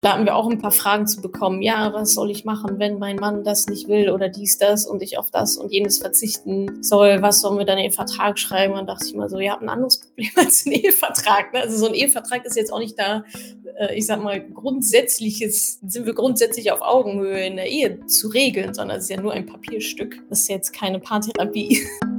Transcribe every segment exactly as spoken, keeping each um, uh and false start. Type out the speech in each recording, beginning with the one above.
Da haben wir auch ein paar Fragen zu bekommen. Ja, was soll ich machen, wenn mein Mann das nicht will oder dies, das und ich auf das und jenes verzichten soll? Was sollen wir dann in den Vertrag schreiben? Und dann dachte ich mal so, ihr habt ein anderes Problem als ein Ehevertrag. Ne? Also so ein Ehevertrag ist jetzt auch nicht da, äh, ich sag mal, grundsätzliches, sind wir grundsätzlich auf Augenhöhe in der Ehe zu regeln, sondern es ist ja nur ein Papierstück. Das ist jetzt keine Paartherapie.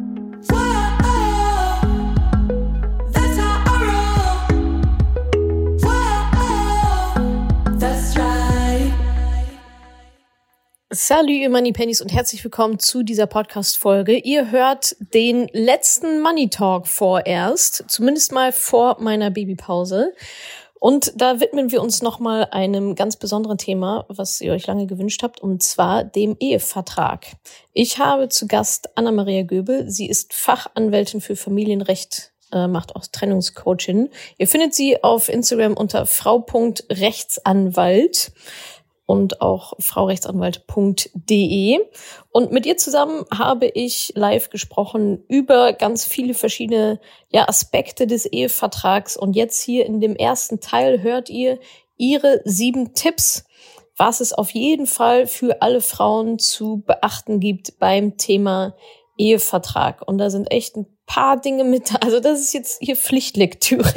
Salut, ihr Moneypennies und herzlich willkommen zu dieser Podcast-Folge. Ihr hört den letzten Money Talk vorerst, zumindest mal vor meiner Babypause. Und da widmen wir uns nochmal einem ganz besonderen Thema, was ihr euch lange gewünscht habt, und zwar dem Ehevertrag. Ich habe zu Gast Anna-Maria Göbel. Sie ist Fachanwältin für Familienrecht, äh, macht auch Trennungscoaching. Ihr findet sie auf Instagram unter frau punkt rechtsanwalt. Und auch frau rechtsanwalt punkt de. Und mit ihr zusammen habe ich live gesprochen über ganz viele verschiedene ja, Aspekte des Ehevertrags. Und jetzt hier in dem ersten Teil hört ihr ihre sieben Tipps, was es auf jeden Fall für alle Frauen zu beachten gibt beim Thema Ehevertrag. Und da sind echt ein paar Dinge mit, also das ist jetzt hier Pflichtlektüre,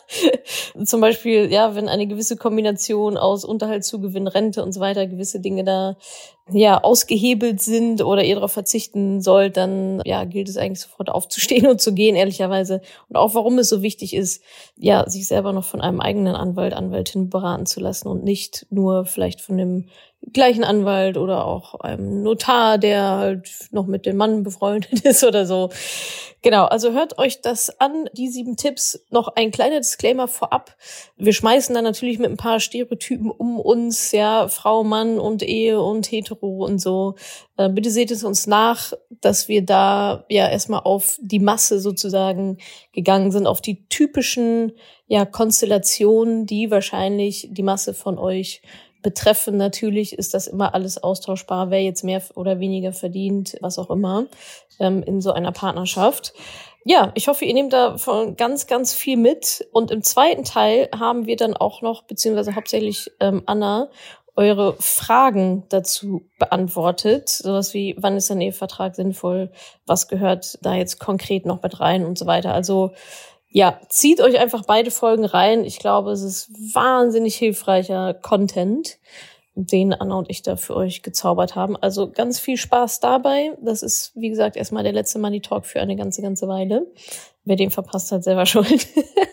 ja. Zum Beispiel, ja, wenn eine gewisse Kombination aus Unterhaltszugewinn, Rente und so weiter, gewisse Dinge da, ja, ausgehebelt sind oder ihr darauf verzichten sollt, dann, ja, gilt es eigentlich sofort aufzustehen und zu gehen, ehrlicherweise. Und auch warum es so wichtig ist, ja, sich selber noch von einem eigenen Anwalt, Anwältin beraten zu lassen und nicht nur vielleicht von dem gleichen Anwalt oder auch einem Notar, der halt noch mit dem Mann befreundet ist oder so. Genau, also hört euch das an, die sieben Tipps. Noch ein kleiner Disclaimer vorab. Wir schmeißen dann natürlich mit ein paar Stereotypen um uns, ja, Frau, Mann und Ehe und Hetero und so. Äh, bitte seht es uns nach, dass wir da ja erstmal auf die Masse sozusagen gegangen sind, auf die typischen ja Konstellationen, die wahrscheinlich die Masse von euch betreffen. Natürlich ist das immer alles austauschbar, wer jetzt mehr oder weniger verdient, was auch immer, ähm, in so einer Partnerschaft. Ja, ich hoffe, ihr nehmt davon ganz, ganz viel mit. Und im zweiten Teil haben wir dann auch noch, beziehungsweise hauptsächlich ähm, Anna, eure Fragen dazu beantwortet. Sowas wie, wann ist ein Ehevertrag sinnvoll? Was gehört da jetzt konkret noch mit rein und so weiter. Also ja, zieht euch einfach beide Folgen rein. Ich glaube, es ist wahnsinnig hilfreicher Content, den Anna und ich da für euch gezaubert haben. Also ganz viel Spaß dabei. Das ist, wie gesagt, erstmal der letzte Money Talk für eine ganze, ganze Weile. Wer den verpasst hat, selber schuld.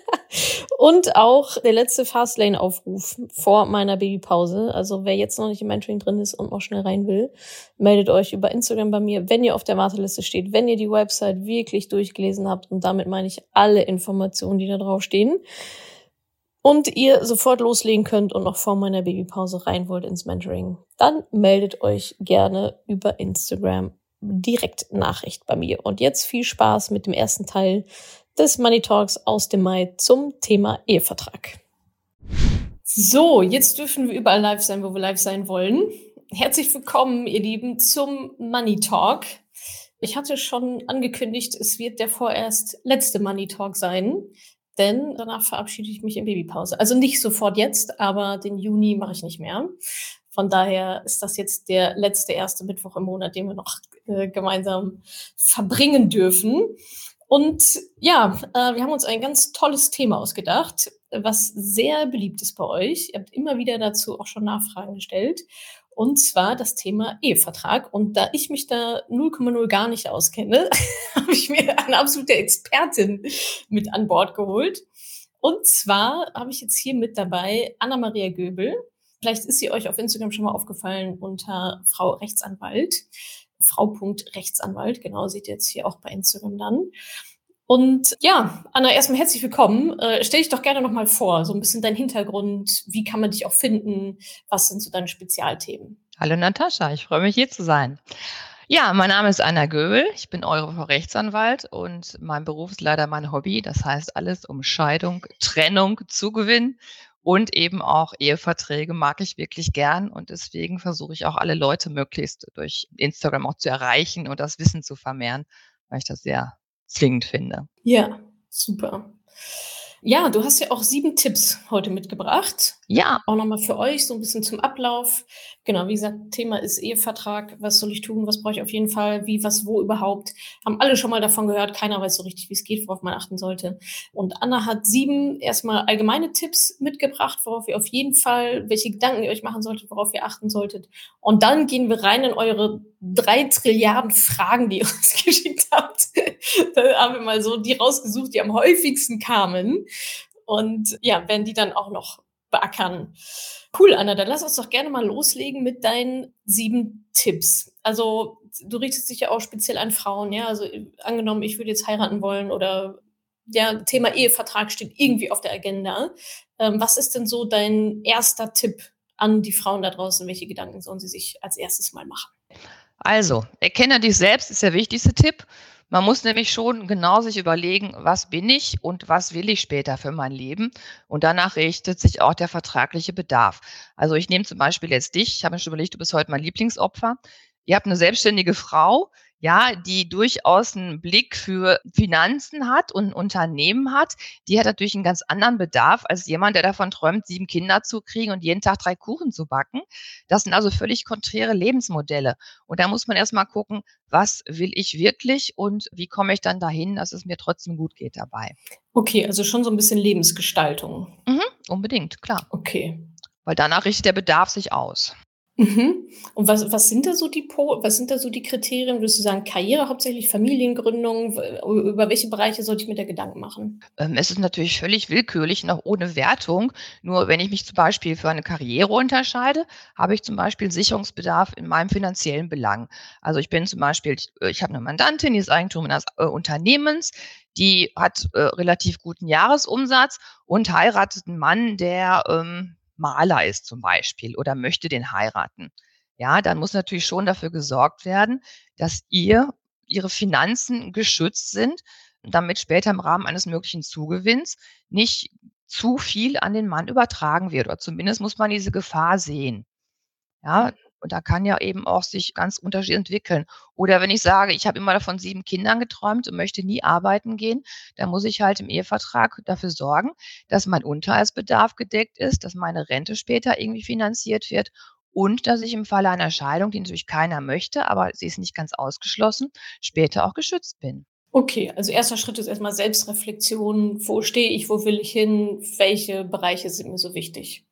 Und auch der letzte Fastlane-Aufruf vor meiner Babypause. Also wer jetzt noch nicht im Mentoring drin ist und noch schnell rein will, meldet euch über Instagram bei mir, wenn ihr auf der Warteliste steht, wenn ihr die Website wirklich durchgelesen habt. Und damit meine ich alle Informationen, die da drauf stehen. Und ihr sofort loslegen könnt und noch vor meiner Babypause rein wollt ins Mentoring. Dann meldet euch gerne über Instagram direkt Nachricht bei mir. Und jetzt viel Spaß mit dem ersten Teil des Money Talks aus dem Mai zum Thema Ehevertrag. So, jetzt dürfen wir überall live sein, wo wir live sein wollen. Herzlich willkommen, ihr Lieben, zum Money Talk. Ich hatte schon angekündigt, es wird der vorerst letzte Money Talk sein, denn danach verabschiede ich mich in Babypause. Also nicht sofort jetzt, aber den Juni mache ich nicht mehr. Von daher ist das jetzt der letzte erste Mittwoch im Monat, den wir noch äh, gemeinsam verbringen dürfen. Und ja, äh, wir haben uns ein ganz tolles Thema ausgedacht, was sehr beliebt ist bei euch. Ihr habt immer wieder dazu auch schon Nachfragen gestellt. Und zwar das Thema Ehevertrag. Und da ich mich da null Komma null gar nicht auskenne, habe ich mir eine absolute Expertin mit an Bord geholt. Und zwar habe ich jetzt hier mit dabei Anna-Maria Göbel. Vielleicht ist sie euch auf Instagram schon mal aufgefallen unter Frau Rechtsanwalt. frau punkt rechtsanwalt, genau, seht ihr jetzt hier auch bei Instagram dann. Und ja, Anna, erstmal herzlich willkommen. Äh, stell dich doch gerne nochmal vor, so ein bisschen dein Hintergrund, wie kann man dich auch finden, was sind so deine Spezialthemen? Hallo Natascha, ich freue mich hier zu sein. Ja, mein Name ist Anna Göbel, ich bin eure Frau Rechtsanwalt und mein Beruf ist leider mein Hobby, das heißt alles um Scheidung, Trennung, Zugewinn. Und eben auch Eheverträge mag ich wirklich gern und deswegen versuche ich auch alle Leute möglichst durch Instagram auch zu erreichen und das Wissen zu vermehren, weil ich das sehr zwingend finde. Ja, super. Ja, du hast ja auch sieben Tipps heute mitgebracht. Ja, Auch nochmal für euch so ein bisschen zum Ablauf. Genau, wie gesagt, Thema ist Ehevertrag. Was soll ich tun? Was brauche ich auf jeden Fall? Wie, was, wo überhaupt? Haben alle schon mal davon gehört. Keiner weiß so richtig, wie es geht, worauf man achten sollte. Und Anna hat sieben erstmal allgemeine Tipps mitgebracht, worauf ihr auf jeden Fall, welche Gedanken ihr euch machen solltet, worauf ihr achten solltet. Und dann gehen wir rein in eure drei Trilliarden Fragen, die ihr uns geschickt habt. Da haben wir mal so die rausgesucht, die am häufigsten kamen. Und ja, werden die dann auch noch beackern. Cool, Anna, dann lass uns doch gerne mal loslegen mit deinen sieben Tipps. Also du richtest dich ja auch speziell an Frauen, ja. Also angenommen, ich würde jetzt heiraten wollen oder ja, Thema Ehevertrag steht irgendwie auf der Agenda. Ähm, was ist denn so dein erster Tipp an die Frauen da draußen? Welche Gedanken sollen sie sich als erstes mal machen? also, erkenne dich selbst ist der wichtigste Tipp. Man muss nämlich schon genau sich überlegen, was bin ich und was will ich später für mein Leben? Und danach richtet sich auch der vertragliche Bedarf. Also ich nehme zum Beispiel jetzt dich. Ich habe mir schon überlegt, du bist heute mein Lieblingsopfer. Ihr habt eine selbstständige Frau, ja, die durchaus einen Blick für Finanzen hat und ein Unternehmen hat. Die hat natürlich einen ganz anderen Bedarf als jemand, der davon träumt, sieben Kinder zu kriegen und jeden Tag drei Kuchen zu backen. Das sind also völlig konträre Lebensmodelle. Und da muss man erst mal gucken, was will ich wirklich und wie komme ich dann dahin, dass es mir trotzdem gut geht dabei. Okay, also schon so ein bisschen Lebensgestaltung. Mhm, unbedingt, klar, Okay. weil danach richtet der Bedarf sich aus. Mhm. Und was was sind da so die Po was sind da so die Kriterien? Würdest du sagen, Karriere hauptsächlich, Familiengründung? W über welche Bereiche sollte ich mir da Gedanken machen? Ähm, es ist natürlich völlig willkürlich, noch ohne Wertung. Nur wenn ich mich zum Beispiel für eine Karriere unterscheide, habe ich zum Beispiel Sicherungsbedarf in meinem finanziellen Belang. Also ich bin zum Beispiel, ich, äh, ich habe eine Mandantin, die ist Eigentum eines äh, Unternehmens, die hat äh, relativ guten Jahresumsatz und heiratet einen Mann, der ähm, Maler ist zum Beispiel oder möchte den heiraten. Ja, dann muss natürlich schon dafür gesorgt werden, dass ihr ihre Finanzen geschützt sind, damit später im Rahmen eines möglichen Zugewinns nicht zu viel an den Mann übertragen wird oder zumindest muss man diese Gefahr sehen. Ja, und da kann ja eben auch sich ganz unterschiedlich entwickeln. Oder wenn ich sage, ich habe immer davon sieben Kindern geträumt und möchte nie arbeiten gehen, dann muss ich halt im Ehevertrag dafür sorgen, dass mein Unterhaltsbedarf gedeckt ist, dass meine Rente später irgendwie finanziert wird und dass ich im Falle einer Scheidung, die natürlich keiner möchte, aber sie ist nicht ganz ausgeschlossen, später auch geschützt bin. Okay, also erster Schritt ist erstmal Selbstreflexion. Wo stehe ich? Wo will ich hin? Welche Bereiche sind mir so wichtig?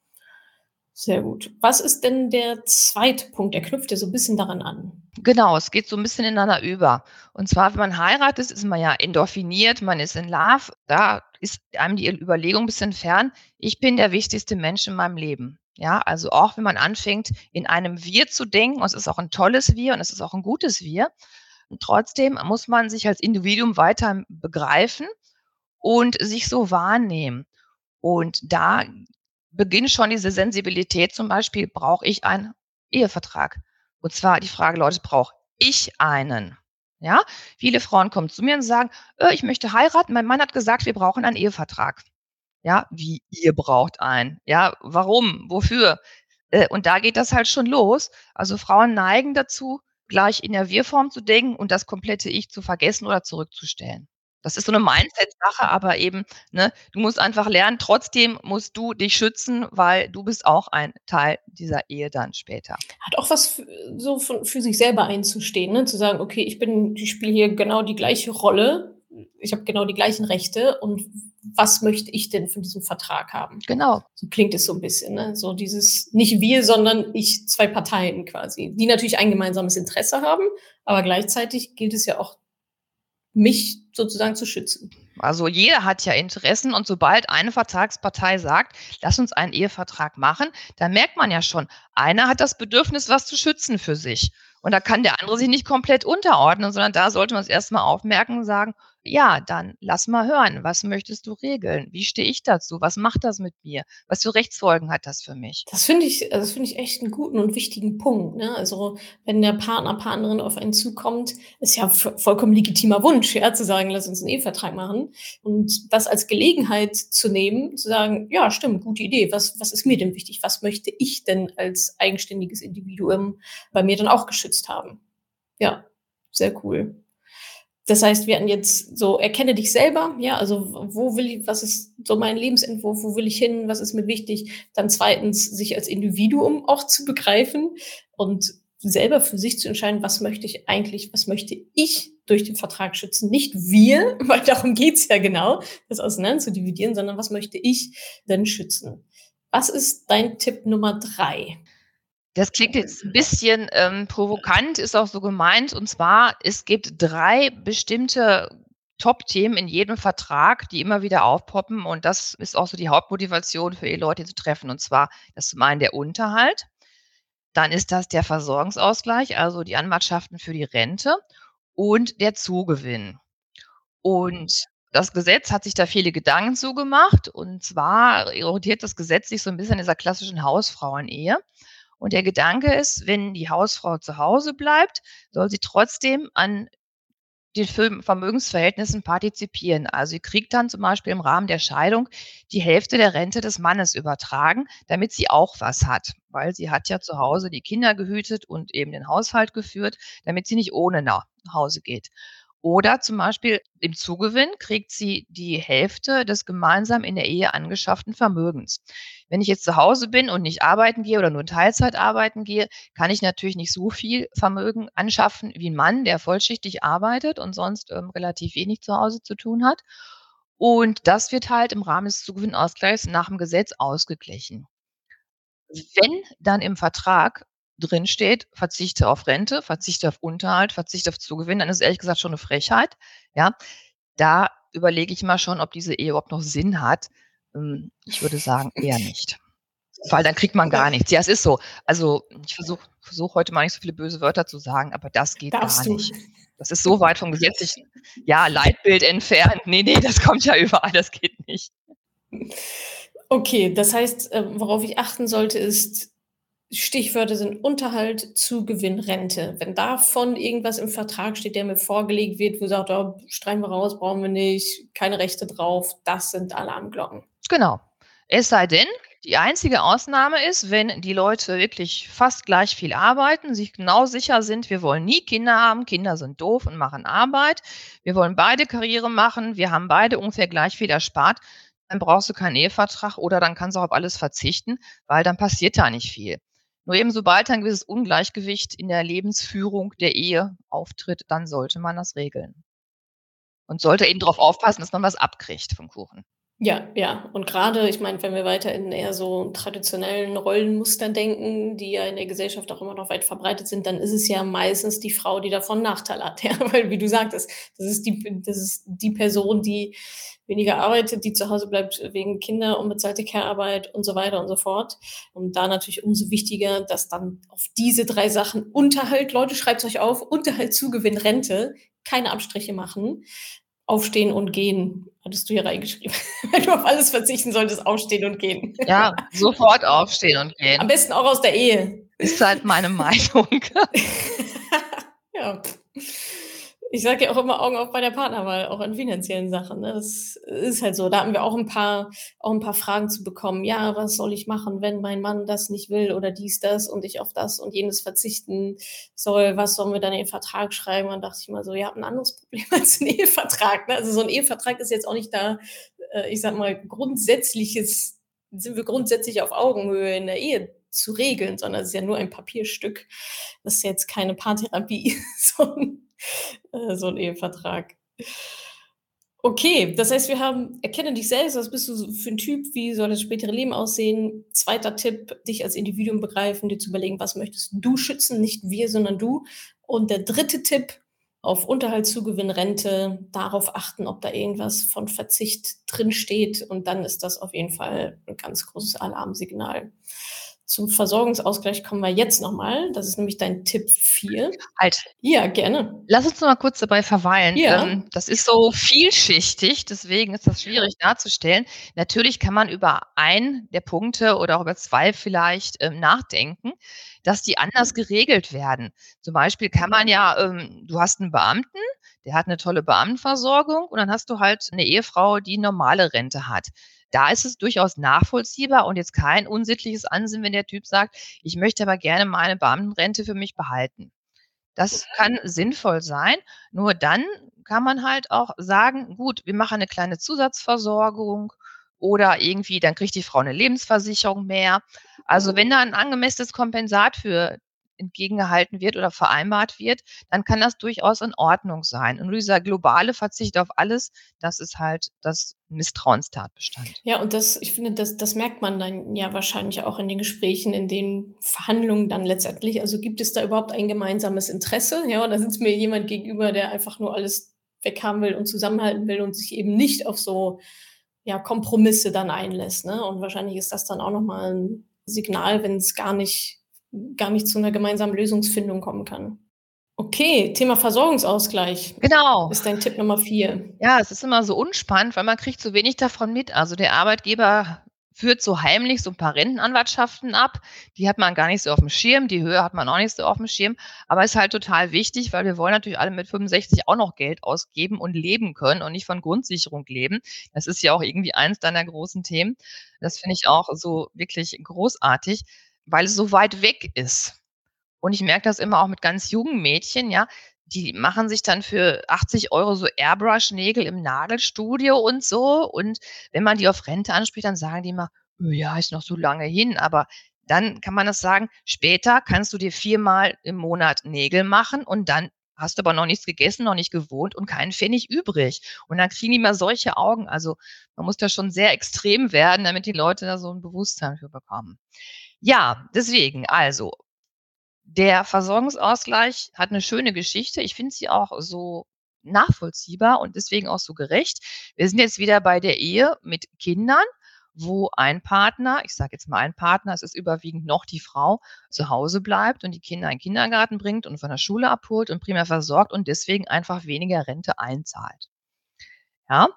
Sehr gut. Was ist denn der zweite Punkt? Der knüpft ja so ein bisschen daran an. Genau, es geht so ein bisschen ineinander über. Und zwar, wenn man heiratet, ist man ja endorphiniert, man ist in Love. Da ist einem die Überlegung 'n bisschen fern: „Ich bin der wichtigste Mensch in meinem Leben.“ Ja, also auch wenn man anfängt, in einem Wir zu denken, und es ist auch ein tolles Wir und es ist auch ein gutes Wir, und trotzdem muss man sich als Individuum weiter begreifen und sich so wahrnehmen. Und da beginnt schon diese Sensibilität zum Beispiel, brauche ich einen Ehevertrag? Und zwar die Frage lautet, brauche ich einen? Ja, viele Frauen kommen zu mir und sagen, äh, ich möchte heiraten. Mein Mann hat gesagt, wir brauchen einen Ehevertrag. Ja, wie ihr braucht einen? Ja, warum? Wofür? Äh, und da geht das halt schon los. Also Frauen neigen dazu, gleich in der Wir-Form zu denken und das komplette Ich zu vergessen oder zurückzustellen. Das ist so 'ne Mindset-Sache, aber eben, ne, du musst einfach lernen, trotzdem musst du dich schützen, weil du bist auch ein Teil dieser Ehe dann später. Hat auch was f so von für sich selber einzustehen, ne? Zu sagen: „Okay, ich bin ich spiele hier genau die gleiche Rolle. Ich habe genau die gleichen Rechte und was möchte ich denn von diesem Vertrag haben?“ Genau, So klingt es so ein bisschen, ne? So dieses nicht wir, sondern ich, zwei Parteien quasi, die natürlich ein gemeinsames Interesse haben, aber gleichzeitig gilt es ja auch, mich sozusagen zu schützen. also jeder hat ja Interessen und sobald eine Vertragspartei sagt: „Lass uns einen Ehevertrag machen“, dann merkt man ja schon, einer hat das Bedürfnis, was zu schützen für sich. Und da kann der andere sich nicht komplett unterordnen, sondern da sollte man's erst mal aufmerken und sagen: „Ja, dann lass mal hören. Was möchtest du regeln? Wie stehe ich dazu? Was macht das mit mir? Was für Rechtsfolgen hat das für mich?“ Das finde ich also, das finde ich echt 'n guten und wichtigen Punkt, ne? Also, wenn der Partner, Partnerin auf einen zukommt, ist ja vo vollkommen legitimer Wunsch, ja, zu sagen: „Lass uns 'n Ehevertrag machen.“ Und das als Gelegenheit zu nehmen, zu sagen: „Ja, stimmt, gute Idee. Was was ist mir denn wichtig? Was möchte ich denn als eigenständiges Individuum bei mir dann auch geschützt haben?“ Ja, sehr cool. Das heißt, wir hatten jetzt so, erkenne dich selber, ja, also wo will ich, was ist so mein Lebensentwurf, wo will ich hin, was ist mir wichtig? Dann zweitens, sich als Individuum auch zu begreifen und selber für sich zu entscheiden, was möchte ich eigentlich, was möchte ich durch den Vertrag schützen? Nicht wir, weil darum geht's ja genau, das auseinander zu dividieren, sondern was möchte ich denn schützen? Was ist dein Tipp Nummer drei? Das klingt jetzt ein bisschen, ähm, provokant, ist auch so gemeint. Und zwar, es gibt drei bestimmte Top-Themen in jedem Vertrag, die immer wieder aufpoppen. Und das ist auch so die Hauptmotivation für Eheleute, die zu treffen. Und zwar, das ist zum einen der Unterhalt, dann ist das der Versorgungsausgleich, also die Anwartschaften für die Rente und der Zugewinn. Und das Gesetz hat sich da viele Gedanken zu gemacht. Und zwar orientiert das Gesetz sich so ein bisschen an dieser klassischen Hausfrauenehe. Und der Gedanke ist, wenn die Hausfrau zu Hause bleibt, soll sie trotzdem an den Verm Vermögensverhältnissen partizipieren. Also, sie kriegt dann zum Beispiel im Rahmen der Scheidung die Hälfte der Rente des Mannes übertragen, damit sie auch was hat, weil sie hat ja zu Hause die Kinder gehütet und eben den Haushalt geführt, damit sie nicht ohne nach Hause geht. Oder zum Beispiel im Zugewinn kriegt sie die Hälfte des gemeinsam in der Ehe angeschafften Vermögens. Wenn ich jetzt zu Hause bin und nicht arbeiten gehe oder nur Teilzeit arbeiten gehe, kann ich natürlich nicht so viel Vermögen anschaffen wie ein Mann, der vollschichtig arbeitet und sonst, ähm, relativ wenig zu Hause zu tun hat. Und das wird halt im Rahmen des Zugewinnausgleichs nach dem Gesetz ausgeglichen. Wenn dann im Vertrag drin steht: „Verzichte auf Rente, verzichte auf Unterhalt, verzichte auf Zugewinn“, dann ist es ehrlich gesagt schon 'ne Frechheit, ja? Da überlege ich immer schon, ob diese Ehe überhaupt noch Sinn hat. Hm, ich würde sagen, eher nicht, weil dann kriegt man gar Ja, nichts. Ja, es ist so. Also, ich versuche versuche heute mal nicht so viele böse Wörter zu sagen, aber das geht gar darfst du. nicht. Das ist so weit vom gesetzlichen, ja, Leitbild entfernt. Ne, ne, das kommt ja überall, das geht nicht. Okay, das heißt, ähm, worauf ich achten sollte, ist, Stichwörter sind Unterhalt, Zugewinn, Rente. Wenn davon irgendwas im Vertrag steht, der mir vorgelegt wird, wo sagt: „Oh, streichen wir raus, brauchen wir nicht, keine Rechte drauf“, das sind Alarmglocken. Genau. Es sei denn, die einzige Ausnahme ist, wenn die Leute wirklich fast gleich viel arbeiten, sich genau sicher sind: „Wir wollen nie Kinder haben, Kinder sind doof und machen Arbeit. Wir wollen beide Karriere machen, wir haben beide ungefähr gleich viel erspart.“ Dann brauchst du keinen Ehevertrag oder dann kannst du auch auf alles verzichten, weil dann passiert da nicht viel. Nur eben sobald ein gewisses Ungleichgewicht in der Lebensführung der Ehe auftritt, dann sollte man das regeln und sollte eben drauf aufpassen, dass man was abkriegt vom Kuchen. Ja, ja. Und gerade, ich meine, wenn wir weiter in eher so traditionellen Rollenmustern denken, die ja in der Gesellschaft auch immer noch weit verbreitet sind, dann ist es ja meistens die Frau, die davon Nachteil hat, ja. Weil wie du sagtest, das ist die das ist die Person, die weniger arbeitet, die zu Hause bleibt wegen Kinder, unbezahlte Care-Arbeit und so weiter und so fort. Und da natürlich umso wichtiger, dass dann auf diese drei Sachen Unterhalt, Leute, schreibt's euch auf, Unterhalt, Zugewinn, Rente, keine Abstriche machen. Aufstehen und gehen, hattest du hier reingeschrieben. Wenn du auf alles verzichten solltest, aufstehen und gehen. Ja, sofort aufstehen und Am gehen. besten auch aus der Ehe. Ist halt meine Meinung. Ja. Ich sage ja auch immer Augen auf bei der Partnerwahl, auch in finanziellen Sachen, ne? Das ist halt so. Da hatten wir auch 'n paar auch 'n paar Fragen zu bekommen. Ja, was soll ich machen, wenn mein Mann das nicht will oder dies, das und ich auf das und jenes verzichten soll? Was sollen wir dann in den Vertrag schreiben? Dann dachte ich immer so: „Ihr habt 'n anderes Problem als 'n Ehevertrag“, ne? Also, so 'n Ehevertrag ist jetzt auch nicht da, äh, ich sage mal, grundsätzliches sind wir grundsätzlich auf Augenhöhe in der Ehe zu regeln, sondern es ist ja nur ein Papierstück. Das ist jetzt keine Paartherapie, so 'n äh, so 'n Ehevertrag. Okay, das heißt, wir haben erkenne dich selbst, was bist du so für 'n Typ, wie soll das spätere Leben aussehen? Zweiter Tipp, dich als Individuum begreifen, dir zu überlegen, was möchtest du schützen, nicht wir, sondern du. Und der dritte Tipp, auf Unterhalt, Zugewinn, Rente, darauf achten, ob da irgendwas von Verzicht drinsteht und dann ist das auf jeden Fall 'n ganz großes Alarmsignal. Zum Versorgungsausgleich kommen wir jetzt noch mal. Das ist nämlich dein Tipp vier. Halt, Ja, gerne. lass uns noch mal kurz dabei verweilen. Ja. Ähm, das ist so vielschichtig, deswegen ist das schwierig darzustellen. Natürlich kann man über einen der Punkte oder auch über zwei vielleicht, ähm, nachdenken, dass die anders geregelt werden. Zum Beispiel kann man ja, ähm du hast 'n Beamten, der hat 'ne tolle Beamtenversorgung und dann hast du halt 'ne Ehefrau, die normale Rente hat. Da ist es durchaus nachvollziehbar und jetzt kein unsittliches Ansinnen, wenn der Typ sagt: „Ich möchte aber gerne meine Beamtenrente für mich behalten.“ Das kann sinnvoll sein. Nur dann kann man halt auch sagen: „Gut, wir machen 'ne kleine Zusatzversorgung“, oder irgendwie dann kriegt die Frau 'ne Lebensversicherung mehr. Also, wenn da 'n angemessenes Kompensat für entgegengehalten wird oder vereinbart wird, dann kann das durchaus in Ordnung sein. Und nur dieser globale Verzicht auf alles, das ist halt das Misstrauenstatbestand. Ja, und das ich finde, das das merkt man dann ja wahrscheinlich auch in den Gesprächen, in den Verhandlungen dann letztendlich. Also, gibt es da überhaupt ein gemeinsames Interesse, ja? Oder sitzt mir jemand gegenüber, der einfach nur alles weghaben will und zusammenhalten will und sich eben nicht auf so, ja, Kompromisse dann einlässt, ne? Und wahrscheinlich ist das dann auch noch mal 'n Signal, wenn's gar nicht gar nicht zu 'ner gemeinsamen Lösungsfindung kommen kann. Okay, Thema Versorgungsausgleich Genau. ist dein Tipp Nummer vier. Ja, es ist immer so unspannend, weil man kriegt so wenig davon mit. Also, der Arbeitgeber führt so heimlich so 'n paar Rentenanwartschaften ab. Die hat man gar nicht so aufm Schirm, die Höhe hat man auch nicht so aufm Schirm, aber ist halt total wichtig, weil wir wollen natürlich alle mit fünfundsechzig auch noch Geld ausgeben und leben können und nicht von Grundsicherung leben. Das ist ja auch irgendwie eins deiner großen Themen. Das finde ich auch so wirklich großartig, weil es so weit weg ist. Und ich merke das immer auch mit ganz jungen Mädchen, ja, die machen sich dann für achtzig Euro so Airbrush-Nägel im Nagelstudio und so. Und wenn man die auf Rente anspricht, dann sagen die immer: „Oh ja, ist noch so lange hin.“ Aber dann kann man das sagen: „Später kannst du dir viermal im Monat Nägel machen und dann hast du aber noch nichts gegessen, noch nicht gewohnt und keinen Pfennig übrig.“ Und dann kriegen die immer solche Augen. Also, man muss da schon sehr extrem werden, damit die Leute da so 'n Bewusstsein für bekommen. Ja, deswegen, also der Versorgungsausgleich hat 'ne schöne Geschichte. Ich finde sie auch so nachvollziehbar und deswegen auch so gerecht. Wir sind jetzt wieder bei der Ehe mit Kindern, wo ein Partner ich sage jetzt mal ein Partner, es ist überwiegend noch die Frau, zu Hause bleibt und die Kinder in 'n Kindergarten bringt und von der Schule abholt und primär versorgt und deswegen einfach weniger Rente einzahlt. Ja?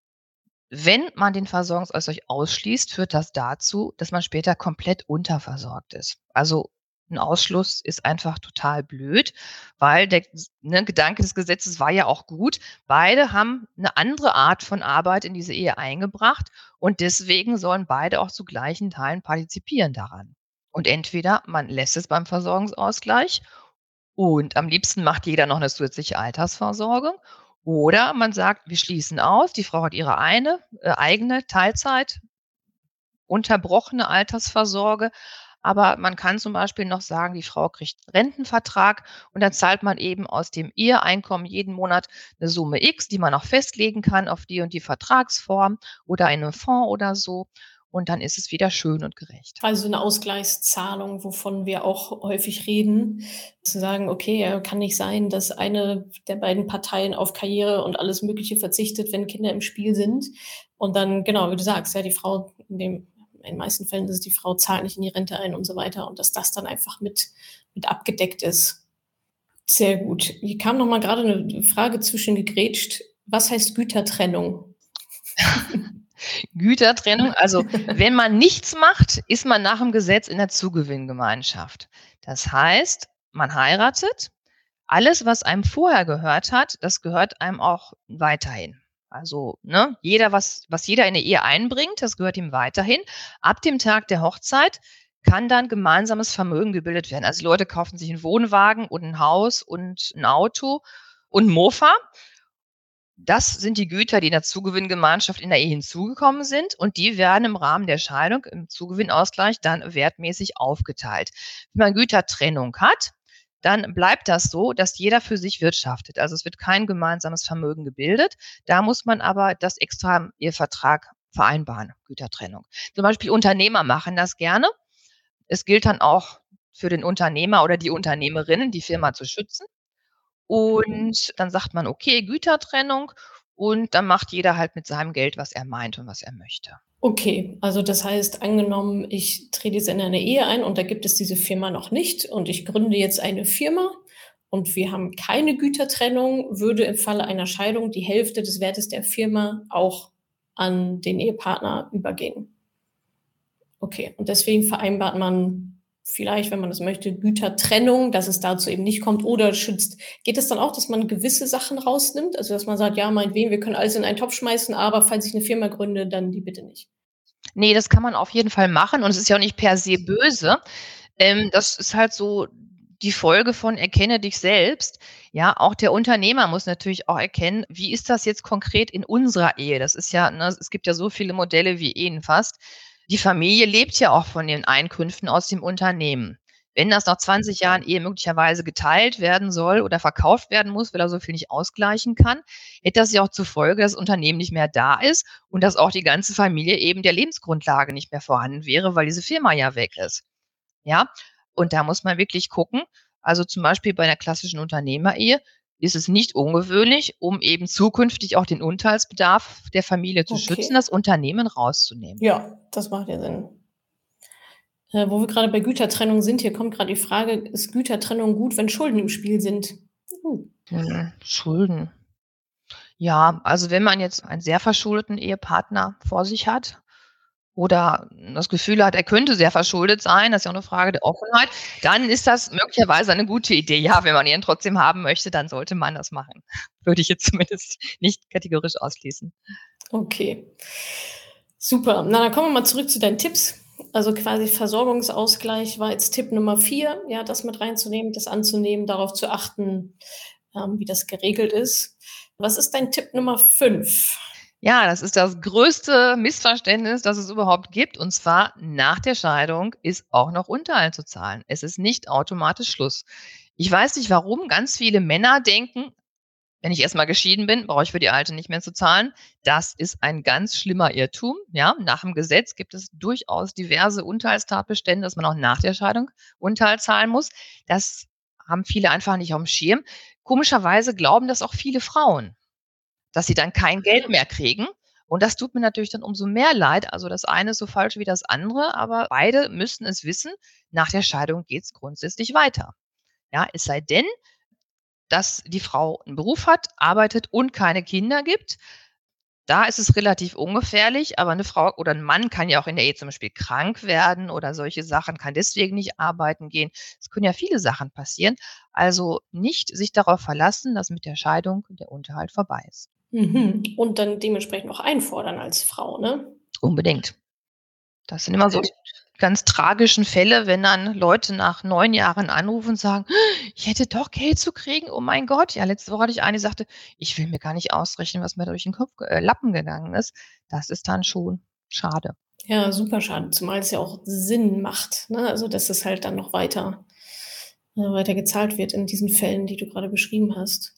Wenn man den Versorgungsausgleich ausschließt, führt das dazu, dass man später komplett unterversorgt ist. Also, 'n Ausschluss ist einfach total blöd, weil der s ne, Gedanke des Gesetzes war ja auch gut. Beide haben 'ne andere Art von Arbeit in diese Ehe eingebracht und deswegen sollen beide auch zu gleichen Teilen partizipieren daran. Und entweder man lässt es beim Versorgungsausgleich und am liebsten macht jeder noch 'ne zusätzliche Altersvorsorge oder man sagt: „Wir schließen aus, die Frau hat ihre eine äh, eigene Teilzeit unterbrochene Altersvorsorge.“ Aber man kann zum Beispiel noch sagen, die Frau kriegt Rentenvertrag und dann zahlt man eben aus dem ihr Einkommen jeden Monat 'ne Summe X, die man auch festlegen kann auf die und die Vertragsform oder in 'nem Fonds oder so. Und dann ist es wieder schön und gerecht. Also, 'ne Ausgleichszahlung, wovon wir auch häufig reden, zu sagen: „Okay, äh, kann nicht sein, dass eine der beiden Parteien auf Karriere und alles Mögliche verzichtet, wenn Kinder im Spiel sind.“ Und dann, genau, wie du sagst, ja, die Frau in dem in den meisten Fällen ist es die Frau zahlt nicht in die Rente ein und so weiter und dass das dann einfach mit mit abgedeckt ist. Sehr gut. Hier kam noch mal grade 'ne Frage zwischengegrätscht. Was heißt Gütertrennung? Gütertrennung, also, wenn man nichts macht, ist man nach dem Gesetz in der Zugewinngemeinschaft. Das heißt, man heiratet, alles, was einem vorher gehört hat, das gehört einem auch weiterhin. Also, ne, jeder was was jeder in 'ne Ehe einbringt, das gehört ihm weiterhin. Ab dem Tag der Hochzeit kann dann gemeinsames Vermögen gebildet werden. Also, die Leute kaufen sich 'n Wohnwagen und 'n Haus und 'n Auto und 'n Mofa. Das sind die Güter, die in der Zugewinngemeinschaft in der Ehe hinzugekommen sind und die werden im Rahmen der Scheidung im Zugewinnausgleich dann wertmäßig aufgeteilt. Wenn man Gütertrennung hat, dann bleibt das so, dass jeder für sich wirtschaftet. Also, es wird kein gemeinsames Vermögen gebildet. Da muss man aber das extra im Ehevertrag vereinbaren, Gütertrennung. Zum Beispiel Unternehmer machen das gerne. Es gilt dann auch für den Unternehmer oder die Unternehmerinnen, die Firma zu schützen. Und dann sagt man: „Okay, Gütertrennung“, und dann macht jeder halt mit seinem Geld, was er meint und was er möchte. Okay, also, das heißt, angenommen, ich trete jetzt in eine Ehe ein und da gibt es diese Firma noch nicht und ich gründe jetzt eine Firma und wir haben keine Gütertrennung, würde im Falle einer Scheidung die Hälfte des Wertes der Firma auch an den Ehepartner übergehen? Okay, und deswegen vereinbart man vielleicht, wenn man das möchte, Gütertrennung, dass es dazu eben nicht kommt oder schützt geht es dann auch, dass man gewisse Sachen rausnimmt? Also, dass man sagt: „Ja, meinetwegen, wir können alles in einen Topf schmeißen, aber falls ich 'ne Firma gründe, dann die bitte nicht.“ Ne, das kann man auf jeden Fall machen und es ist ja auch nicht per se böse. Ähm, das ist halt so die Folge von erkenne dich selbst. Ja, auch der Unternehmer muss natürlich auch erkennen, wie ist das jetzt konkret in unserer Ehe? Das ist ja, ne, es gibt ja so viele Modelle wie Ehen fast. Die Familie lebt ja auch von den Einkünften aus dem Unternehmen. Wenn das nach zwanzig Jahren Ehe möglicherweise geteilt werden soll oder verkauft werden muss, weil er so viel nicht ausgleichen kann, hätte das ja auch zur Folge, dass das Unternehmen nicht mehr da ist und dass auch die ganze Familie eben der Lebensgrundlage nicht mehr vorhanden wäre, weil diese Firma ja weg ist. Ja, und da muss man wirklich gucken. Also zum Beispiel bei einer klassischen Unternehmerehe ist es nicht ungewöhnlich, um eben zukünftig auch den Unterhaltsbedarf der Familie zu schützen, Okay. das Unternehmen rauszunehmen. Ja, das macht ja Sinn. Äh, wo wir gerade bei Gütertrennung sind, hier kommt gerade die Frage, ist Gütertrennung gut, wenn Schulden im Spiel sind? Uh. Hm, Schulden. Ja, also wenn man jetzt einen sehr verschuldeten Ehepartner vor sich hat oder das Gefühl hat, er könnte sehr verschuldet sein, das ist ja auch 'ne Frage der Offenheit, dann ist das möglicherweise eine gute Idee. Ja, wenn man ihn trotzdem haben möchte, dann sollte man das machen. Würde ich jetzt zumindest nicht kategorisch ausschließen. Okay. Super. Na, dann kommen wir mal zurück zu deinen Tipps. Also quasi Versorgungsausgleich war jetzt Tipp Nummer vier, ja, das mit reinzunehmen, das anzunehmen, darauf zu achten, ähm, wie das geregelt ist. Was ist dein Tipp Nummer fünf? Ja, das ist das größte Missverständnis, das es überhaupt gibt. Und zwar nach der Scheidung ist auch noch Unterhalt zu zahlen. Es ist nicht automatisch Schluss. Ich weiß nicht, warum ganz viele Männer denken, wenn ich erst mal geschieden bin, brauche ich für die Alte nicht mehr zu zahlen. Das ist ein ganz schlimmer Irrtum. Ja, nach dem Gesetz gibt es durchaus diverse Unterhaltstatbestände, dass man auch nach der Scheidung Unterhalt zahlen muss. Das haben viele einfach nicht aufm Schirm. Komischerweise glauben das auch viele Frauen, dass sie dann kein Geld mehr kriegen. Und das tut mir natürlich dann umso mehr leid. Also das eine ist so falsch wie das andere, aber beide müssen es wissen, nach der Scheidung geht's grundsätzlich weiter. Ja, es sei denn, dass die Frau 'n Beruf hat, arbeitet und keine Kinder gibt. Da ist es relativ ungefährlich, aber 'ne Frau oder 'n Mann kann ja auch in der Ehe zum Beispiel krank werden oder solche Sachen, kann deswegen nicht arbeiten gehen. Es können ja viele Sachen passieren. Also nicht sich darauf verlassen, dass mit der Scheidung der Unterhalt vorbei ist. Mhm. Und dann dementsprechend auch einfordern als Frau, ne? Unbedingt. Das sind immer so die ganz tragischen Fälle, wenn dann Leute nach neun Jahren anrufen und sagen: „Ich hätte doch Geld zu kriegen. Oh mein Gott." Ja, letzte Woche hatte ich eine, die sagte: „Ich will mir gar nicht ausrechnen, was mir da durch den Kopf äh, Lappen gegangen ist." Das ist dann schon schade. Ja, super schade, zumal es ja auch Sinn macht, ne? Also, dass es halt dann noch weiter äh, weiter gezahlt wird in diesen Fällen, die du grade beschrieben hast.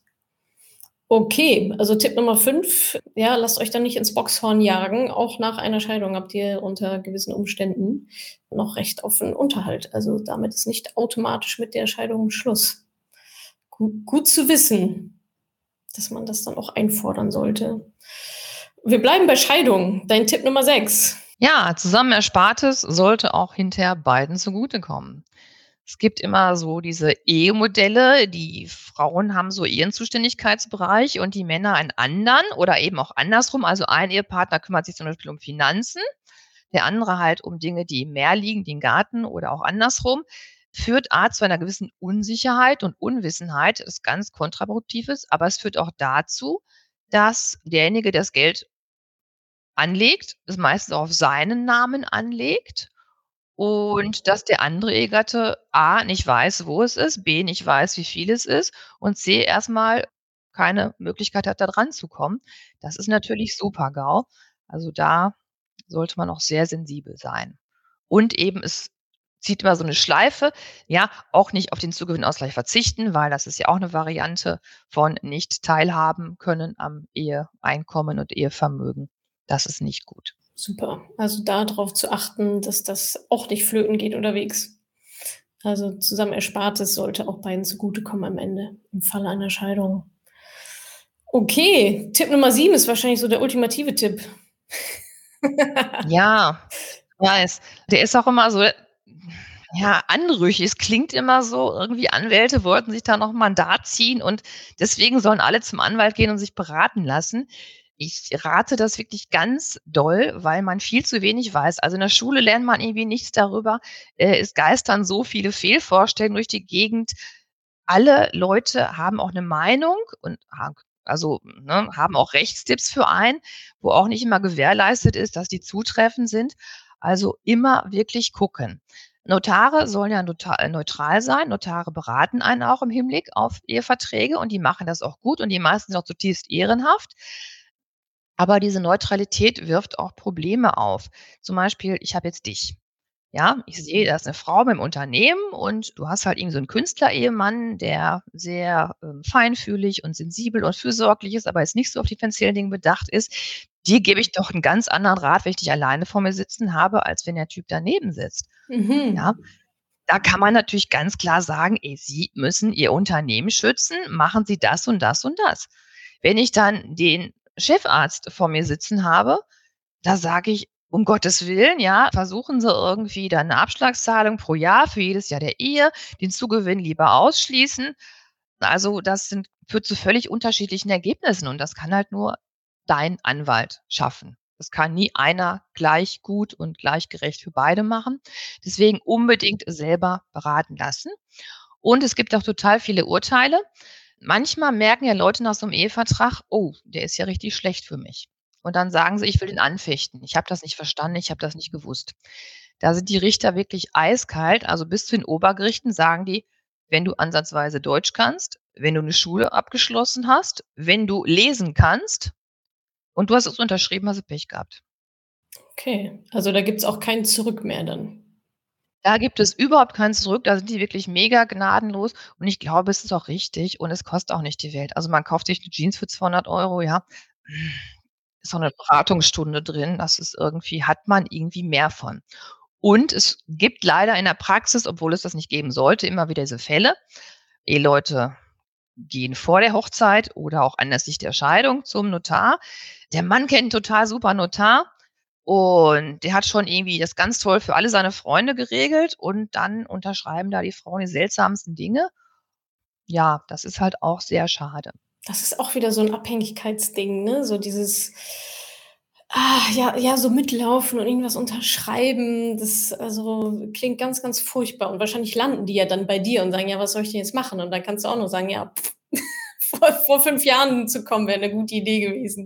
Okay, also Tipp Nummer fünf, ja, lasst euch da nicht ins Bockshorn jagen. Auch nach einer Scheidung habt ihr unter gewissen Umständen noch Recht auf 'n Unterhalt. Also, damit ist nicht automatisch mit der Scheidung Schluss. Gu gut zu wissen, dass man das dann auch einfordern sollte. Wir bleiben bei Scheidung. Dein Tipp Nummer sechs. Ja, zusammen Erspartes sollte auch hinterher beiden zugutekommen. Es gibt immer so diese Ehemodelle, die Frauen haben so ihren Zuständigkeitsbereich und die Männer einen anderen oder eben auch andersrum. Also ein Ehepartner kümmert sich zum Beispiel um Finanzen, der andere halt um Dinge, die im Meer liegen, den Garten oder auch andersrum. Führt A zu einer gewissen Unsicherheit und Unwissenheit, das ganz kontraproduktiv ist, aber es führt auch dazu, dass derjenige, der das Geld anlegt, es meistens auf seinen Namen anlegt und dass der andere Ehegatte A nicht weiß, wo es ist, B nicht weiß, wie viel es ist und C erst mal keine Möglichkeit hat, da dranzukommen. Das ist natürlich Super-GAU. Also, da sollte man auch sehr sensibel sein. Und eben, es zieht immer so 'ne Schleife, ja, auch nicht auf den Zugewinnausgleich verzichten, weil das ist ja auch 'ne Variante von nicht teilhaben können am Eheeinkommen und Ehevermögen. Das ist nicht gut. Super. Also, da drauf zu achten, dass das auch nicht flöten geht unterwegs. Also, zusammen Erspartes sollte auch beiden zugutekommen am Ende im Falle einer Scheidung. Okay, Tipp Nummer sieben ist wahrscheinlich so der ultimative Tipp. Ja, ich weiß. Der ist auch immer so, ja, anrüchig. Es klingt immer so, irgendwie Anwälte wollten sich da noch 'n Mandat ziehen und deswegen sollen alle zum Anwalt gehen und sich beraten lassen. Ich rate das wirklich ganz doll, weil man viel zu wenig weiß. Also, in der Schule lernt man irgendwie nichts darüber. Äh, es geistern so viele Fehlvorstellungen durch die Gegend. Alle Leute haben auch 'ne Meinung und ha also, ne, haben auch Rechtstipps für einen, wo auch nicht immer gewährleistet ist, dass die zutreffend sind. Also, immer wirklich gucken. Notare sollen ja nota äh, neutral sein. Notare beraten einen auch im Hinblick auf Eheverträge und die machen das auch gut und die meisten sind auch zutiefst ehrenhaft. Aber diese Neutralität wirft auch Probleme auf. Zum Beispiel, ich habe jetzt dich. Ja, ich sehe, da ist 'ne Frau beim Unternehmen und du hast halt irgend so 'n Künstlerehemann, der sehr, ähm, feinfühlig und sensibel und fürsorglich ist, aber jetzt nicht so auf die finanziellen Dinge bedacht ist. Dir gebe ich doch 'n ganz anderen Rat, wenn ich dich alleine vor mir sitzen habe, als wenn der Typ daneben sitzt. Ja, Mhm. da kann man natürlich ganz klar sagen: „Ey, Sie müssen Ihr Unternehmen schützen, machen Sie das und das und das.“ Wenn ich dann den Chefarzt vor mir sitzen habe, da sage ich: „Um Gottes Willen, ja, versuchen Sie irgendwie da 'ne Abschlagszahlung pro Jahr für jedes Jahr der Ehe, den Zugewinn lieber ausschließen.“ Also, das sind führt zu völlig unterschiedlichen Ergebnissen und das kann halt nur dein Anwalt schaffen. Das kann nie einer gleich gut und gleich gerecht für beide machen. Deswegen unbedingt selber beraten lassen. Und es gibt auch total viele Urteile. Manchmal merken ja Leute nach so 'nem Ehevertrag: „Oh, der ist ja richtig schlecht für mich.“ Und dann sagen sie: „Ich will den anfechten. Ich habe das nicht verstanden, ich habe das nicht gewusst.“ Da sind die Richter wirklich eiskalt. Also, bis zu den Obergerichten sagen die: „Wenn du ansatzweise Deutsch kannst, wenn du 'ne Schule abgeschlossen hast, wenn du lesen kannst und du hast es unterschrieben, hast du Pech gehabt.“ Okay, also da gibt's auch kein Zurück mehr dann? Da gibt es überhaupt kein Zurück, da sind die wirklich mega gnadenlos und ich glaube, es ist auch richtig und es kostet auch nicht die Welt. Also, man kauft sich 'ne Jeans für zweihundert Euro, ja. Ist auch 'ne Beratungsstunde drin, das ist irgendwie hat man irgendwie mehr von. Und es gibt leider in der Praxis, obwohl es das nicht geben sollte, immer wieder diese Fälle. Eheleute gehen vor der Hochzeit oder auch anlässlich der Scheidung zum Notar. Der Mann kennt 'n total super Notar und der hat schon irgendwie das ganz toll für alle seine Freunde geregelt und dann unterschreiben da die Frauen die seltsamsten Dinge. Ja, das ist halt auch sehr schade. Das ist auch wieder so 'n Abhängigkeitsding, ne? So dieses ah, ja, ja, so mitlaufen und irgendwas unterschreiben, das, also, klingt ganz, ganz furchtbar und wahrscheinlich landen die ja dann bei dir und sagen: „Ja, was soll ich denn jetzt machen?“ Und dann kannst du auch nur sagen: „Ja, vor vor fünf Jahren zu kommen, wäre 'ne gute Idee gewesen.“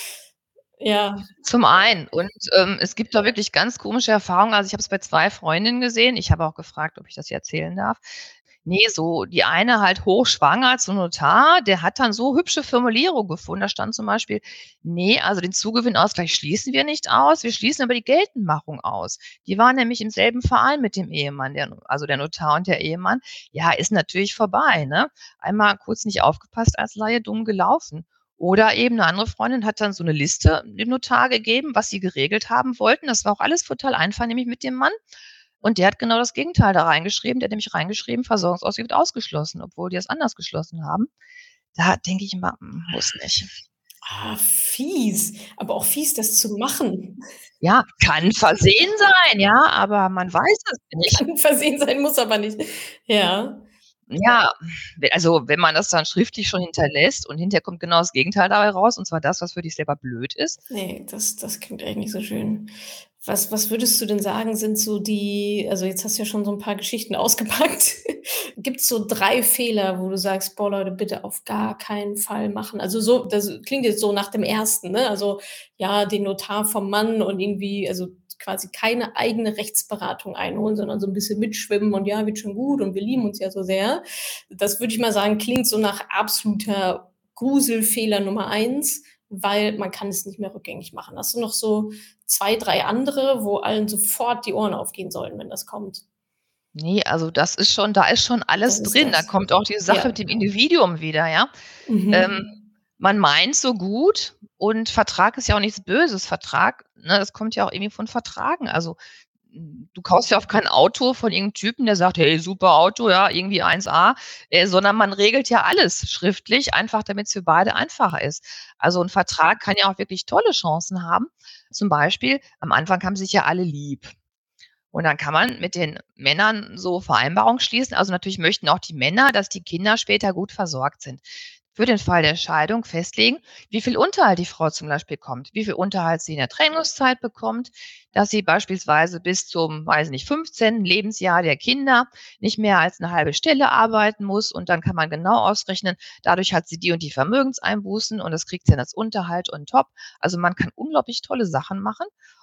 Ja. Zum einen und, ähm, es gibt da wirklich ganz komische Erfahrungen. Also, ich habe es bei zwei Freundinnen gesehen. Ich habe auch gefragt, ob ich das hier erzählen darf. Ne, so die eine halt hochschwanger zum Notar, der hat dann so hübsche Formulierungen gefunden. Da stand zum Beispiel: „Ne, also den Zugewinnausgleich schließen wir nicht aus, wir schließen aber die Geltendmachung aus.“ Die waren nämlich im selben Verein mit dem Ehemann, der No also der Notar und der Ehemann. Ja, ist natürlich vorbei, ne? Einmal kurz nicht aufgepasst als Laie, dumm gelaufen. Oder eben 'ne andere Freundin hat dann so 'ne Liste dem Notar gegeben, was sie geregelt haben wollten. Das war auch alles total einvernehmlich mit dem Mann. Und der hat genau das Gegenteil da reingeschrieben. Der hat nämlich reingeschrieben: „Versorgungsausgleich wird ausgeschlossen“, obwohl die das anders geschlossen haben. Da denke ich immer: „Hm, muss nicht.“ Ah, fies, aber auch fies, das zu machen. Ja, kann Versehen sein, ja, aber man weiß es nicht. Kann Versehen sein, muss aber nicht. Ja. Ja, we also, wenn man das dann schriftlich schon hinterlässt und hinterher kommt genau das Gegenteil dabei raus, und zwar das, was für dich selber blöd ist. Ne, das das klingt echt nicht so schön. Was was würdest du denn sagen, sind so die also, jetzt hast du ja schon so 'n paar Geschichten ausgepackt. Gibt's so drei Fehler, wo du sagst: „Boah, Leute, bitte auf gar keinen Fall machen?“ Also, so das klingt jetzt so nach dem ersten, ne? Also, ja, den Notar vom Mann und irgendwie also, quasi keine eigene Rechtsberatung einholen, sondern so 'n bisschen mitschwimmen und: „Ja, wird schon gut und wir lieben uns ja so sehr.“ Das würde ich mal sagen, klingt so nach absoluter Gruselfehler Nummer eins, weil man kann es nicht mehr rückgängig machen. Hast du noch so zwei, drei andere, wo allen sofort die Ohren aufgehen sollten, wenn das kommt? Ne, also, das ist schon da ist schon Das alles ist drin. Da das. kommt auch die Sache mit Ja. dem Individuum wieder, ja. Ähm, Mhm. man meint's so gut und Vertrag ist ja auch nichts Böses. Vertrag, ne, das kommt ja auch irgendwie von vertragen. Also, hm, du kaufst ja auch kein Auto von irgend 'nem Typen, der sagt: „Hey, super Auto, ja, irgendwie eins A“, äh, sondern man regelt ja alles schriftlich, einfach damit's für beide einfacher ist. Also, 'n Vertrag kann ja auch wirklich tolle Chancen haben. Zum Beispiel, am Anfang haben sich ja alle lieb. Und dann kann man mit den Männern so Vereinbarungen schließen. Also, natürlich möchten auch die Männer, dass die Kinder später gut versorgt sind. Für den Fall der Scheidung festlegen, wie viel Unterhalt die Frau zum Beispiel bekommt, wie viel Unterhalt sie in der Trennungszeit bekommt, dass sie beispielsweise bis zum, weiß ich nicht, fünfzehnten Lebensjahr der Kinder nicht mehr als 'ne halbe Stelle arbeiten muss und dann kann man genau ausrechnen, dadurch hat sie die und die Vermögenseinbußen und das kriegt sie dann als Unterhalt on top. Also, man kann unglaublich tolle Sachen machen.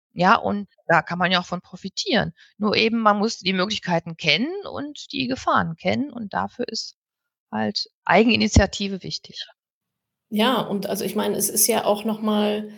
Ja, und da kann man ja auch von profitieren. Nur eben, man muss die Möglichkeiten kennen und die Gefahren kennen und dafür ist halt Eigeninitiative wichtig. Ja, und also ich meine, es ist ja auch noch mal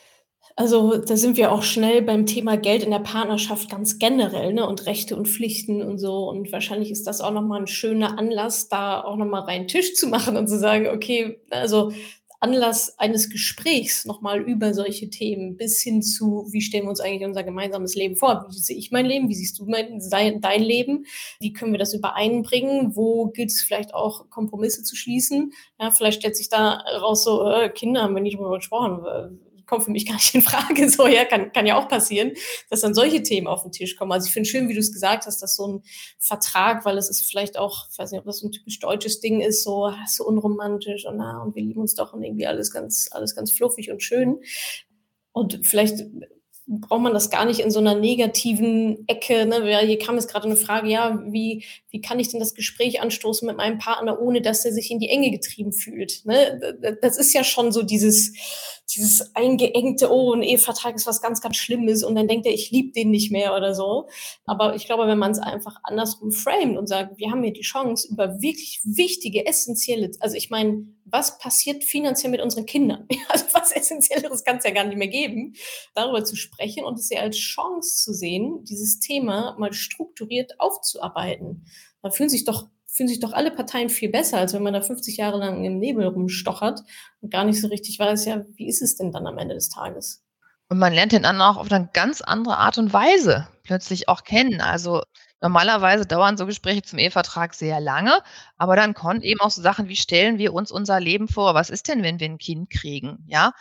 also, da sind wir auch schnell beim Thema Geld in der Partnerschaft ganz generell, ne, und Rechte und Pflichten und so. Und wahrscheinlich ist das auch noch mal 'n schöner Anlass, da auch noch mal reinen Tisch zu machen und zu sagen: „Okay“, also, Anlass eines Gesprächs noch mal über solche Themen bis hin zu: „Wie stellen wir uns eigentlich unser gemeinsames Leben vor? Wie sehe ich mein Leben? Wie siehst du mein sei dein Leben? Wie können wir das übereinbringen? Wo gilt es vielleicht auch, Kompromisse zu schließen?“ Ja, vielleicht stellt sich da raus so: „Äh, Kinder haben wir nie drüber gesprochen, äh, kommt für mich gar nicht in Frage“, so, ja, kann kann ja auch passieren, dass dann solche Themen auf 'n Tisch kommen. Also, ich finde es schön, wie du's gesagt hast, dass so 'n Vertrag weil es ist vielleicht auch ich weiß nicht, ob das so 'n typisch deutsches Ding ist, so: „Ah, so unromantisch und na, und wir lieben uns doch und irgendwie alles ganz alles ganz fluffig und schön.“ Und vielleicht braucht man das gar nicht in so 'ner negativen Ecke, ne? Weil hier kam jetzt grade 'ne Frage: „Ja, wie wie kann ich denn das Gespräch anstoßen mit meinem Partner, ohne dass er sich in die Enge getrieben fühlt?“ Ne? D d das ist ja schon so dieses dieses eingeengte: „Oh, 'n Ehevertrag ist was ganz, ganz Schlimmes“ und dann denkt er, ich liebe den nicht mehr oder so. Aber ich glaube, wenn man's einfach andersrum framet und sagt: „Wir haben hier die Chance, über wirklich wichtige, essenzielle“ also, ich meine, was passiert finanziell mit unseren Kindern? Ja, also, was Essenzielleres kann's ja gar nicht mehr geben, darüber zu sprechen und es ja als Chance zu sehen, dieses Thema mal strukturiert aufzuarbeiten. Da fühlen sich doch fühlen sich doch alle Parteien viel besser, als wenn man da fünfzig Jahre lang im Nebel rumstochert und gar nicht so richtig weiß, ja, wie ist es denn dann am Ende des Tages? Und man lernt den anderen auch auf 'ne ganz andere Art und Weise plötzlich auch kennen. Also, normalerweise dauern so Gespräche zum Ehevertrag sehr lange, aber dann kommen eben auch so Sachen, wie stellen wir uns unser Leben vor? Was ist denn, wenn wir 'n Kind kriegen, ja?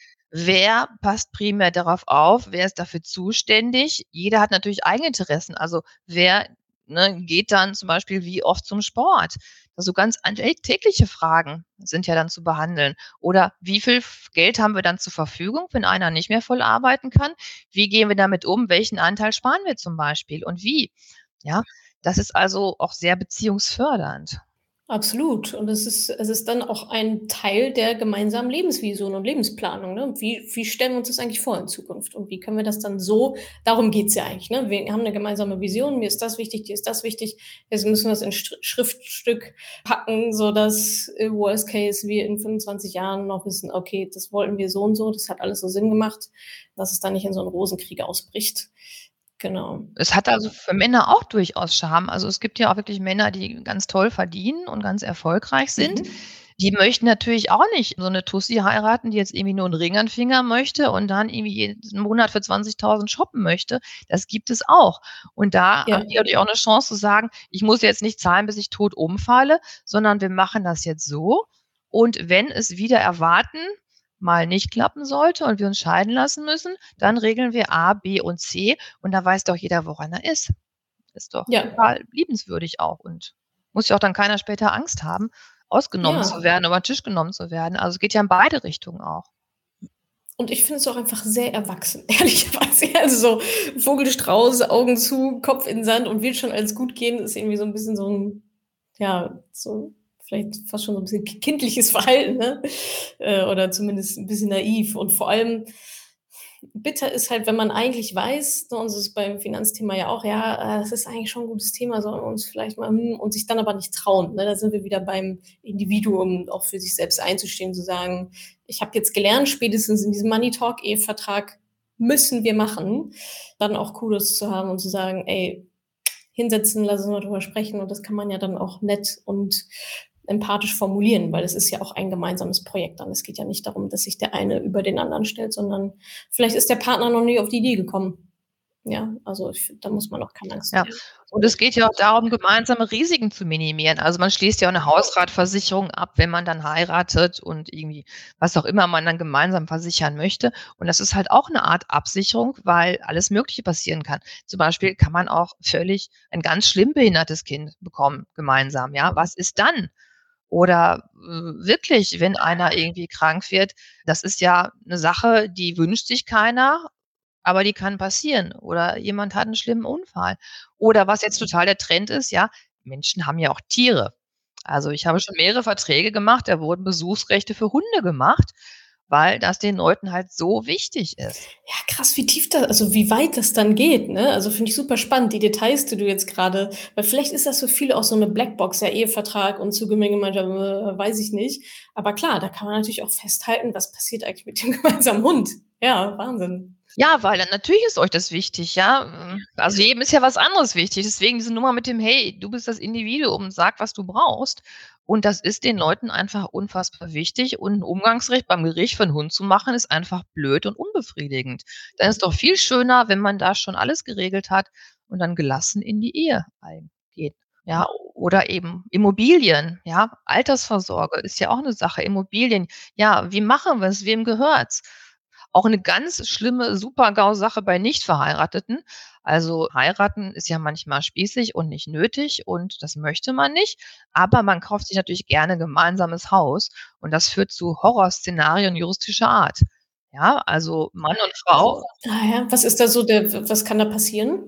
Wer passt primär darauf auf? Wer ist dafür zuständig? Jeder hat natürlich Eigeninteressen. Also, wer, ne, geht dann zum Beispiel wie oft zum Sport? So ganz alltägliche Fragen sind ja dann zu behandeln. Oder wie viel f Geld haben wir dann zur Verfügung, wenn einer nicht mehr voll arbeiten kann? Wie gehen wir damit um? Welchen Anteil sparen wir zum Beispiel und wie? Ja, das ist also auch sehr beziehungsfördernd. Absolut. Und es ist es ist dann auch ein Teil der gemeinsamen Lebensvision und Lebensplanung, ne? Wie wie stellen wir uns das eigentlich vor in Zukunft und wie können wir das dann so darum geht's ja eigentlich, ne? Wir haben 'ne gemeinsame Vision, mir ist das wichtig, dir ist das wichtig. Jetzt müssen wir's in Sch Schriftstück packen, sodass im Worst Case wir in fünfundzwanzig Jahren noch wissen: „Okay, das wollten wir so und so, das hat alles so Sinn gemacht“, dass es dann nicht in so 'n Rosenkrieg ausbricht. Genau. Es hat also für Männer auch durchaus Charme. Also, es gibt ja auch wirklich Männer, die ganz toll verdienen und ganz erfolgreich sind. Mhm. Die möchten natürlich auch nicht so 'ne Tussi heiraten, die jetzt irgendwie nur 'n Ring an 'n Finger möchte und dann irgendwie jeden Monat für zwanzigtausend shoppen möchte. Das gibt es auch. Und da Ja. haben die natürlich auch 'ne Chance zu sagen: „Ich muss jetzt nicht zahlen, bis ich tot umfalle, sondern wir machen das jetzt so. Und wenn es wider Erwarten mal nicht klappen sollte und wir uns scheiden lassen müssen, dann regeln wir A, B und C.“ Und da weiß doch jeder, woran er ist. Ist doch Ja. total liebenswürdig auch und muss ja auch dann keiner später Angst haben, ausgenommen Ja. zu werden, über 'n Tisch genommen zu werden. Also, es geht ja in beide Richtungen auch. Und ich finde es auch einfach sehr erwachsen, ehrlicherweise. Also, so Vogel, Strauß, Augen zu, Kopf in Sand und wird schon alles gut gehen, ist irgendwie so 'n bisschen so 'n ja, so vielleicht fast schon so 'n bisschen ki kindliches Verhalten, ne? Äh, oder zumindest 'n bisschen naiv. Und vor allem bitter ist halt, wenn man eigentlich weiß, ne, und das ist beim Finanzthema ja auch, ja, äh, es ist eigentlich schon 'n gutes Thema, sollen wir uns vielleicht mal hm, und sich dann aber nicht trauen, ne? Da sind wir wieder beim Individuum, auch für sich selbst einzustehen, zu sagen: „Ich habe jetzt gelernt, spätestens in diesem Money Talk Ehevertrag müssen wir machen.“ Dann auch Kudos zu haben und zu sagen: „Ey, hinsetzen, lass uns mal drüber sprechen.“ Und das kann man ja dann auch nett und empathisch formulieren, weil es ist ja auch ein gemeinsames Projekt dann. Es geht ja nicht darum, dass sich der eine über den anderen stellt, sondern vielleicht ist der Partner noch nie auf die Idee gekommen. Ja, also, ich finde, da muss man auch keine Angst Ja, und es geht ja auch darum, gemeinsame Risiken zu minimieren. Also, man schließt ja auch 'ne Hausratversicherung ab, wenn man dann heiratet und irgendwie was auch immer man dann gemeinsam versichern möchte. Und das ist halt auch 'ne Art Absicherung, weil alles Mögliche passieren kann. Zum Beispiel kann man auch völlig ein ganz schlimm behindertes Kind bekommen gemeinsam, ja? Was ist dann? Oder, äh, wirklich, wenn einer irgendwie krank wird, das ist ja 'ne Sache, die wünscht sich keiner, aber die kann passieren. Oder jemand hat 'n schlimmen Unfall. Oder was jetzt total der Trend ist, ja, Menschen haben ja auch Tiere. Also, ich habe schon mehrere Verträge gemacht, da wurden Besuchsrechte für Hunde gemacht. weil das den Leuten halt so wichtig ist. Ja, krass, wie tief das, also wie weit das dann geht, ne? Also finde ich super spannend, die Details, die du jetzt gerade, weil vielleicht ist das für viele auch so eine Blackbox, ja, Ehevertrag und Zugemengemeinschaft, äh, weiß ich nicht. Aber klar, da kann man natürlich auch festhalten, was passiert eigentlich mit dem gemeinsamen Hund. Ja, Wahnsinn. Ja, weil dann natürlich ist euch das wichtig, ja. Also jedem ist ja was anderes wichtig. Deswegen diese Nummer mit dem, hey, du bist das Individuum, sag, was du brauchst. Und das ist den Leuten einfach unfassbar wichtig. Und ein Umgangsrecht beim Gericht für einen Hund zu machen, ist einfach blöd und unbefriedigend. Dann ist es doch viel schöner, wenn man da schon alles geregelt hat und dann gelassen in die Ehe eingeht. Ja, oder eben Immobilien, ja. Altersvorsorge ist ja auch eine Sache. Immobilien, ja, wie machen wir es? Wem gehört's? Auch eine ganz schlimme Super-GAU-Sache bei Nichtverheirateten. Also, heiraten ist ja manchmal spießig und nicht nötig und das möchte man nicht, aber man kauft sich natürlich gerne gemeinsames Haus und das führt zu Horrorszenarien juristischer Art. Ja, also Mann und Frau. Ah ja, was ist da so der, was kann da passieren?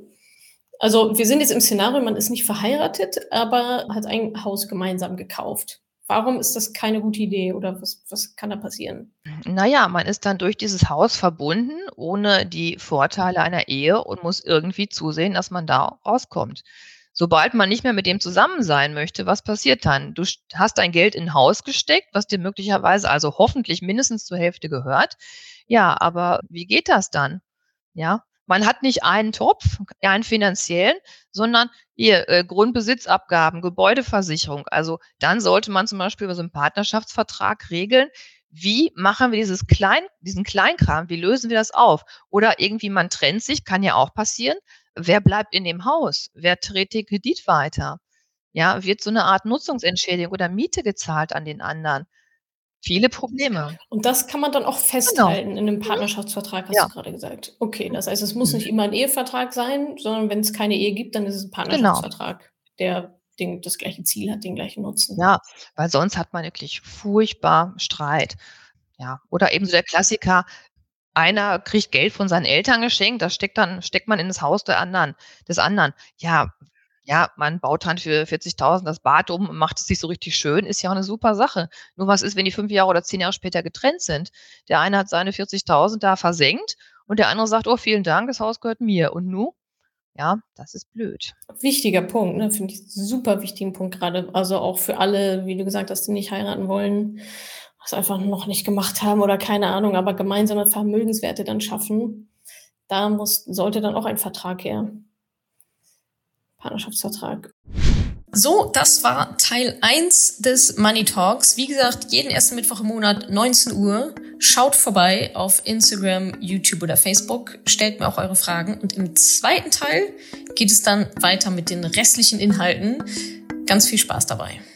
Also wir sind jetzt im Szenario, man ist nicht verheiratet, aber hat ein Haus gemeinsam gekauft. Warum ist das keine gute Idee oder was, was kann da passieren? Na ja, man ist dann durch dieses Haus verbunden, ohne die Vorteile einer Ehe und muss irgendwie zusehen, dass man da rauskommt. Sobald man nicht mehr mit dem zusammen sein möchte, was passiert dann? Du st hast dein Geld in 'n Haus gesteckt, was dir möglicherweise, also hoffentlich mindestens zur Hälfte gehört. Ja, aber wie geht das dann? Ja, man hat nicht einen Topf, einen finanziellen, sondern hier, äh, Grundbesitzabgaben, Gebäudeversicherung. Also, dann sollte man zum Beispiel über so 'n Partnerschaftsvertrag regeln, wie machen wir dieses Klein diesen Kleinkram, wie lösen wir das auf? Oder irgendwie man trennt sich, kann ja auch passieren. Wer bleibt in dem Haus? Wer trägt den Kredit weiter? Ja, wird so 'ne Art Nutzungsentschädigung oder Miete gezahlt an den anderen? Viele Probleme. Und das kann man dann auch Genau. festhalten in 'nem Mhm. Partnerschaftsvertrag, hast Ja. du grade gesagt. Okay, das heißt, es muss Mhm. nicht immer 'n Ehevertrag sein, sondern wenn's keine Ehe gibt, dann ist es 'n Genau. Partnerschaftsvertrag, der den das gleiche Ziel hat, den gleichen Nutzen. Ja, weil sonst hat man wirklich furchtbar Streit. Ja, oder eben so der Klassiker, einer kriegt Geld von seinen Eltern geschenkt, das steckt dann steckt man in das Haus der anderen des anderen. Ja, ja, man baut dann für vierzigtausend das Bad um und macht es sich so richtig schön, ist ja auch 'ne super Sache. Nur was ist, wenn die fünf Jahre oder zehn Jahre später getrennt sind? Der eine hat seine vierzigtausend da versenkt und der andere sagt: „Oh, vielen Dank, das Haus gehört mir. Und nu?“ Ja, das ist blöd. Wichtiger Punkt, ne? Finde ich super wichtigen Punkt grade. Also, auch für alle, wie du gesagt hast, die nicht heiraten wollen, es einfach noch nicht gemacht haben oder keine Ahnung, aber gemeinsame Vermögenswerte dann schaffen. Da muss sollte dann auch ein Vertrag her. Partnerschaftsvertrag. So, das war Teil eins des Money Talks. Wie gesagt, jeden ersten Mittwoch im Monat, neunzehn Uhr. Schaut vorbei auf Instagram, YouTube oder Facebook. Stellt mir auch eure Fragen. Und im zweiten Teil geht es dann weiter mit den restlichen Inhalten. Ganz viel Spaß dabei.